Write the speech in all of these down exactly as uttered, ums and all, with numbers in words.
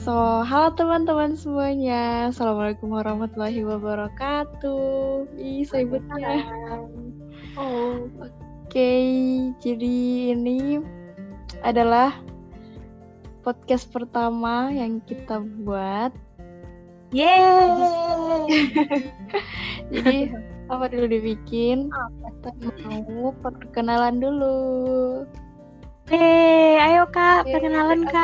So, halo teman-teman semuanya. Assalamualaikum warahmatullahi wabarakatuh. Ih, sebutnya. Oh, Oke, jadi ini adalah podcast pertama yang kita buat. yeay! Jadi, apa dulu dibikin? Kita mau perkenalan dulu. Yeay, ayo Kak, Yeay, perkenalan Kak.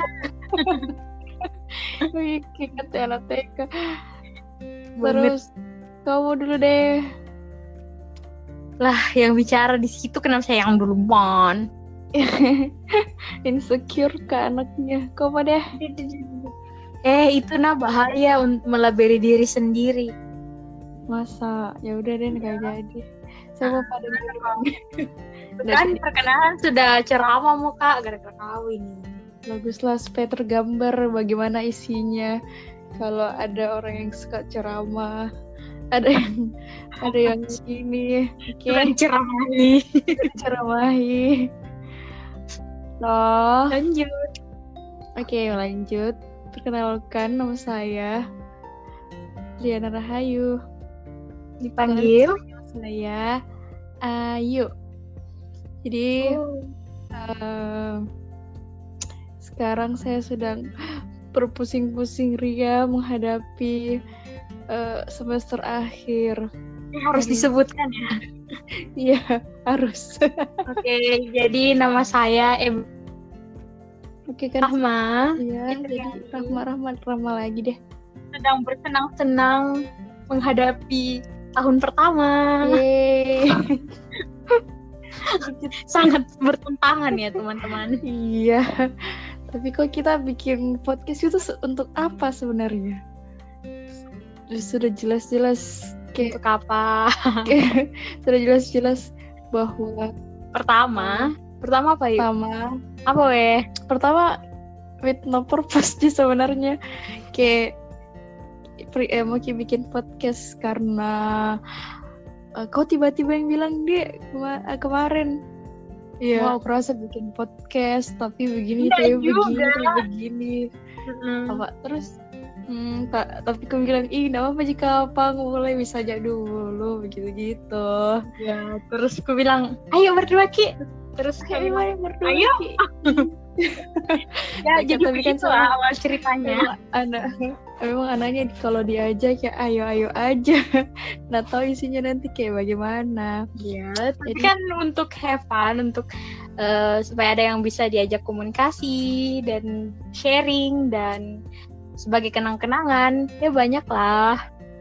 Wih, inget ya anak T K. Terus, kamu dulu deh. Lah, yang bicara di situ kenapa saya yang duluan? Insecure ke anaknya. Kamu deh. Eh, itu nah bahaya untuk melabeli diri sendiri. Masa? Ya udah deh, nggak jadi. Saya mau pada dulu. Kan perkenalan sudah ceramah mau Kak, gara-gara kawin. Baguslah supaya tergambar bagaimana isinya. Kalau ada orang yang suka ceramah, ada yang ada yang ini, oke? Okay. Ceramahi. Ceramahi. So, lanjut. Oke, okay, lanjut. Perkenalkan, nama saya Liana Rahayu. Dipanggil saya Ayu. Jadi oh. uh, sekarang saya sedang berpusing-pusing ria menghadapi uh, semester akhir. Harus jadi, disebutkan ya? Iya, harus. Oke, okay, jadi nama saya Em. Oke okay, kan? Rahma. Iya, jadi Rahma, Rahma, Rahma lagi deh. Sedang bersenang-senang menghadapi tahun pertama. Yeay. Sangat bertentangan ya teman-teman. Iya. Tapi kok kita bikin podcast itu untuk apa sebenarnya? Sudah jelas-jelas kayak untuk apa? Kayak, sudah jelas-jelas bahwa pertama, oh, pertama apa yuk? Pertama, apa weh? Pertama with no purpose sih sebenarnya. Kayak eh, mau bikin podcast karena uh, kau tiba-tiba yang bilang dia kema- kemarin. Iya. Wow, kerasa bikin podcast tapi begini, tapi begini, tapi begini. Mm-hmm. Apa terus? Hmm, ta- tapi aku bilang, ih, gak apa-apa jika apa mulai bisa aja dulu, begitu-gitu. Ya, terus aku bilang, ayo berdua Ki. Terus ayo mari berdua ayo. Ki. Ya, jadi begitu lah awal ceritanya. Anak, memang anaknya kalau diajak ya ayo-ayo aja. Nggak tahu isinya nanti kayak bagaimana. Ya, tapi jadi, kan untuk have fun, untuk uh, supaya ada yang bisa diajak komunikasi dan sharing dan sebagai kenang-kenangan, ya banyak lah.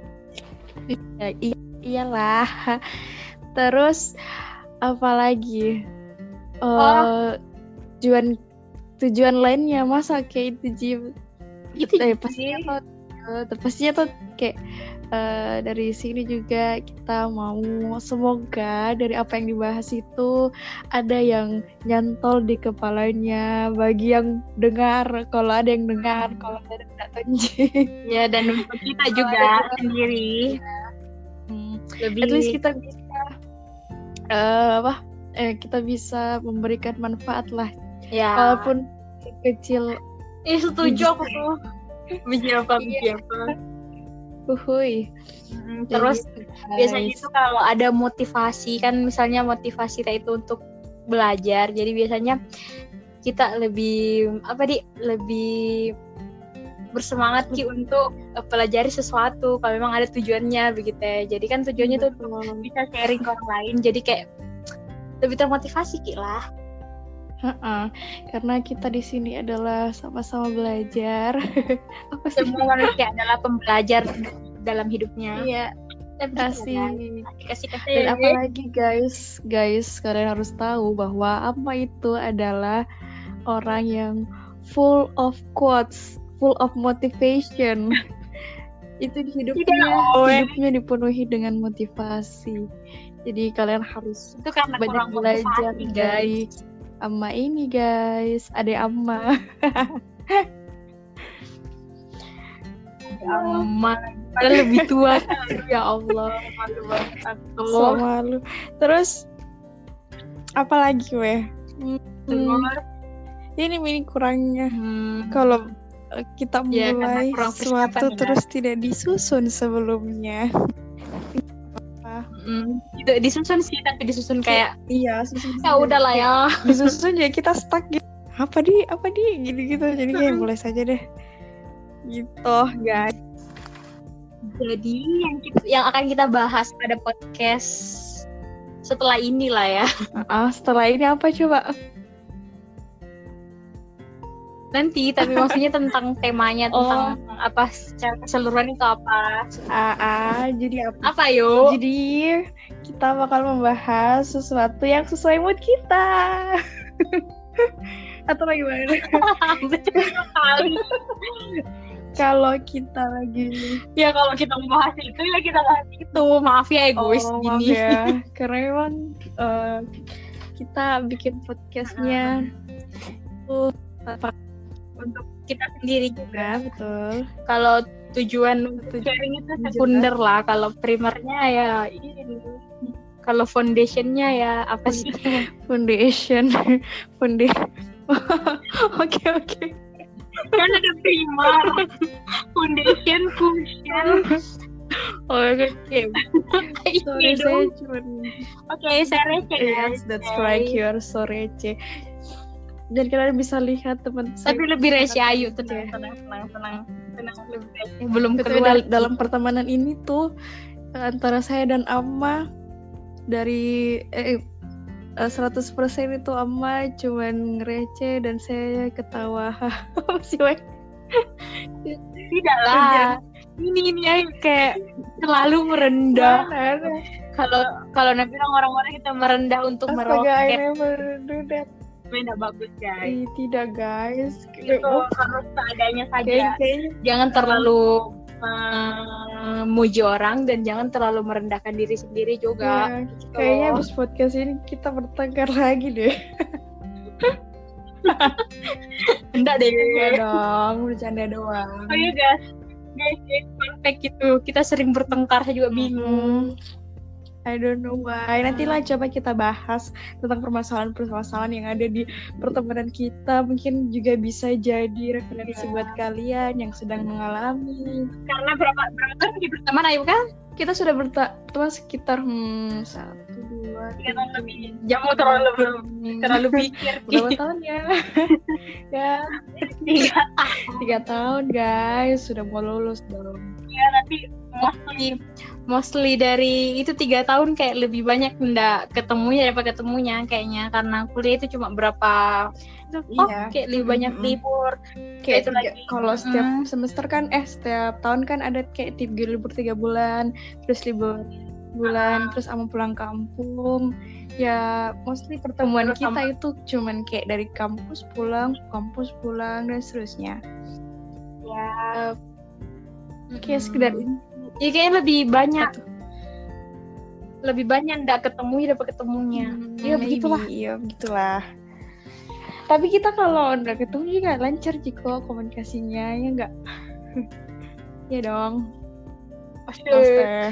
Ya, i- iyalah. Terus apalagi? Uh, oh. Tujuan tujuan lainnya masa kayak itu Jim. Gitu ya pastinya tuh, pastinya tuh kayak uh, dari sini juga kita mau semoga dari apa yang dibahas itu ada yang nyantol di kepalanya bagi yang dengar, kalau ada yang dengar, kalau ada yang tidak tenjing. Ya, dan untuk kita juga sendiri ya. hmm, lebih at least kita bisa uh, apa eh, kita bisa memberikan manfaat lah ya, walaupun kecil. Eh, setuju aku tuh. Biji apa, biji apa. Uhuy. Hmm, terus jadi, biasanya itu kalau ada motivasi kan, misalnya motivasi kita itu untuk belajar, jadi biasanya kita lebih apa di lebih bersemangat Ki untuk pelajari sesuatu kalau memang ada tujuannya begitu ya. Jadi kan tujuannya tuh bisa sharing ke orang lain, jadi kayak lebih termotivasi Ki lah. Uh-uh. Karena kita di sini adalah sama-sama belajar. Apa sih? Semua manusia adalah pembelajar dalam hidupnya. Iya. Kasih, kasih kasih. Dan apalagi guys, guys kalian harus tahu bahwa Amma itu adalah orang yang full of quotes, full of motivation. Itu di hidupnya, hidupnya dipenuhi dengan motivasi. Jadi kalian harus itu karena banyak belajar dari Amma ini guys, adek Amma. Amma padahal lebih tua. Ya Allah, malu banget aku. So malu. Terus apa lagi weh? Hmm, ini ini kurangnya. Hmm. Kalau kita Ya, karena mulai kurang sesuatu persiapan ya. terus tidak disusun sebelumnya. Mm, tidak disusun sih, tapi disusun kayak Iya, susun ya udahlah ya. disusun ya kita stuck gitu. Apa di apa di gitu-gitu. Jadi kayak mulai saja deh. Gitu, guys. Jadi yang kita, yang akan kita bahas pada podcast setelah inilah ya. Ah, setelah ini apa coba? Nanti, tapi maksudnya tentang temanya, Oh. tentang apa secara keseluruhan itu apa? Ah, ah, jadi apa? Apa yuk? Jadi kita bakal membahas sesuatu yang sesuai mood kita. Atau bagaimana? Betul sekali. Kalau kita lagi Ya kalau kita membahas itu ya kita bahas itu. Maaf ya egois oh, maaf gini. ya. Karena memang uh, kita bikin podcastnya uh, untuk kita sendiri juga. ya, betul. Kalau tujuan untuk sharing itu sekunder lah. Kalau primernya ya ini. Kalau foundationnya ya apa sih? Foundation, foundation. Oke oke. Kan ada primer, foundation, cushion. Oh, oke. Iya Sorry saya dong. cuma. Oke, saya receh guys. Yes, that's right. You are so receh. Dan kalian bisa lihat teman Tapi saya. lebih receh Ayu tuh Oke. tenang, tenang, tenang, tenang, lebih receh. Belum Tapi keluar. dal- dalam pertemanan ini tuh antara saya dan Amma dari eh, eh, seratus persen itu Amma cuman ngereceh dan saya ketawa. Masih baik. Tidak lah. Ini ini Ayu kayak selalu merendah. Kalau kalau nanti orang-orang kita merendah untuk Astaga, I meroket, never do that. beda bagus guys. Ih, tidak guys. Itu harus seadanya saja. Kayak- kayaknya Jangan terlalu memuji orang dan jangan terlalu merendahkan diri sendiri juga. ya, kayaknya abis podcast ini kita bertengkar lagi deh. Enggak deh. Ya dong, bercanda doang. Oh iya guys, guys, guys, perfect gitu. Kita sering bertengkar, saya juga bingung. I don't know why. Nantilah coba kita bahas tentang permasalahan-permasalahan yang ada di pertemanan kita. Mungkin juga bisa jadi referensi buat kalian yang sedang mengalami. Karena berapa berapa tahun kita berteman Ayu kan? Kita sudah berteman sekitar hmm, satu, dua, Tiga tahun lebih. Jangan terlalu terlalu pikir. berapa tahun ya? Ya, Tiga. tiga tahun guys. Sudah mau lulus dong. Ya nanti mostly mostly dari itu tiga tahun kayak lebih banyak ndak ketemunya daripada ketemunya kayaknya, karena kuliah itu cuma berapa itu oh, Iya. kayak lebih banyak Mm-mm. libur Kayak itu tiga- lagi. kalau setiap Mm. semester kan eh setiap tahun kan ada kayak tiga libur tiga bulan, terus libur bulan, terus sama pulang kampung. Ya mostly pertemuan Terus kita sama- itu cuman kayak dari kampus pulang, kampus pulang dan seterusnya. Ya Kayak sekedar ini. ya kayaknya lebih banyak Satu. lebih banyak ndak ketemunya daripada ketemunya. Hmm, Ya maybe, begitulah. Iya begitulah. Tapi kita kalau udah ketemu juga lancar Ciko komunikasinya, ya enggak? Ya dong. Pasti Master.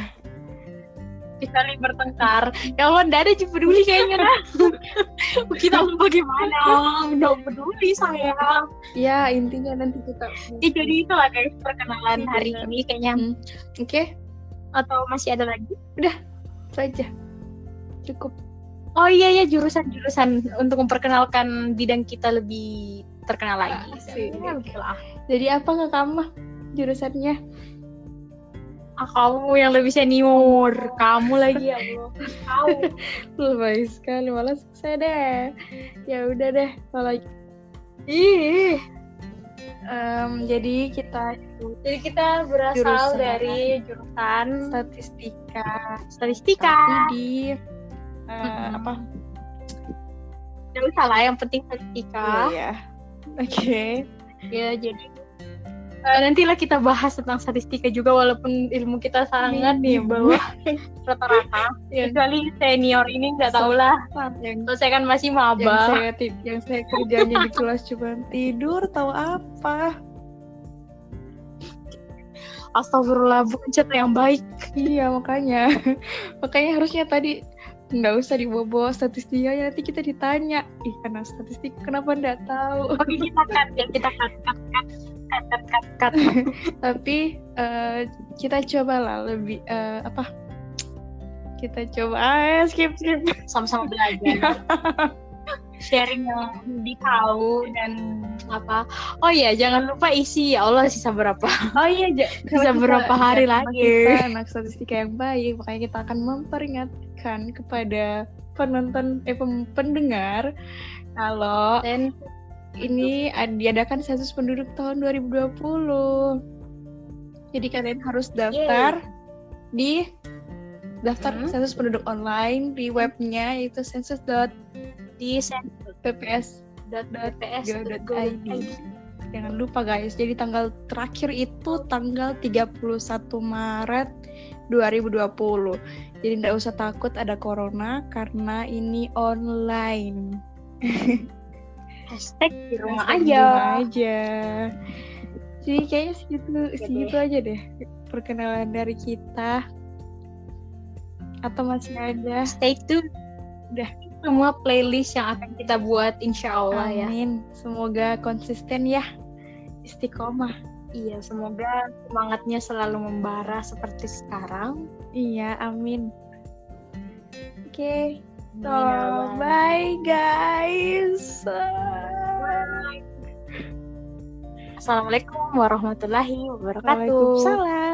saling bertengkar. Ya Allah, ndak ada yang peduli kayaknya dah. Kita mau bagaimana? Nggak peduli saya. Ya intinya nanti kita. Ya, jadi itulah guys perkenalan hari ini kayaknya. Hmm. Oke, Atau masih ada lagi? itu aja. Cukup. Oh iya ya, jurusan-jurusan untuk memperkenalkan bidang kita lebih terkenal lagi. Asik. Ya, begitulah. Jadi apa nggak kamu jurusannya? Ah, kamu yang lebih senior, kamu lagi ya Allah. Tahu. Lebay sekali, malah saya deh. Ya udah deh kalau Ih. em, jadi kita Jadi kita berasal Jurusan. dari jurusan statistika. statistika. Tapi di eh, Mm-mm. apa? Tidak usah lah, yang penting statistika. Iya. Oke. Ya, jadi eh, nantilah kita bahas tentang statistika juga, walaupun ilmu kita sangat di bawah rata-rata. Yang Kecuali senior ini nggak tahu lah. yang Terus saya kan masih yang maba. saya tip, yang saya kerjanya di kelas cuma tidur tahu apa. Astagfirullah, bukan cerita yang baik. Iya makanya makanya harusnya tadi nggak usah dibawa-bawa statistika, ya nanti kita ditanya ih karena statistik kenapa nggak tahu. Oke, kita cut ya, kita cut, cut, cut, cut, cut, cut. Tapi uh, kita cobalah lebih uh, apa? Kita coba ah, skip skip. Sama-sama belajar. Sharing yang lebih tahu dan apa? Oh iya, jangan lupa isi ya Allah sisa berapa? Oh iya, j- sisa berapa hari lagi? Kita anak statistika yang baik, makanya kita akan memperingatkan kepada penonton eh pendengar kalau dan ini diadakan sensus penduduk tahun dua ribu dua puluh. Jadi kalian harus daftar Yeay. di daftar hmm. sensus penduduk online di webnya yaitu sensus dot di p p s dot go dot i d. Jangan lupa guys, jadi tanggal terakhir itu tanggal tiga puluh satu Maret dua ribu dua puluh. Jadi tidak usah takut ada corona karena ini online. Hashtag di rumah Hashtag aja. Di rumah aja. Jadi kayaknya segitu, segitu aja deh perkenalan dari kita. Atau masih ada? Stay tune. Udah semua playlist yang akan kita buat insya Allah. Amin. Ya. Amin. Semoga konsisten ya. Istiqomah. Iya, semoga semangatnya selalu membara seperti sekarang. Iya, amin. Oke. Okay. So, bye guys. Assalamualaikum warahmatullahi wabarakatuh. Waalaikumsalam.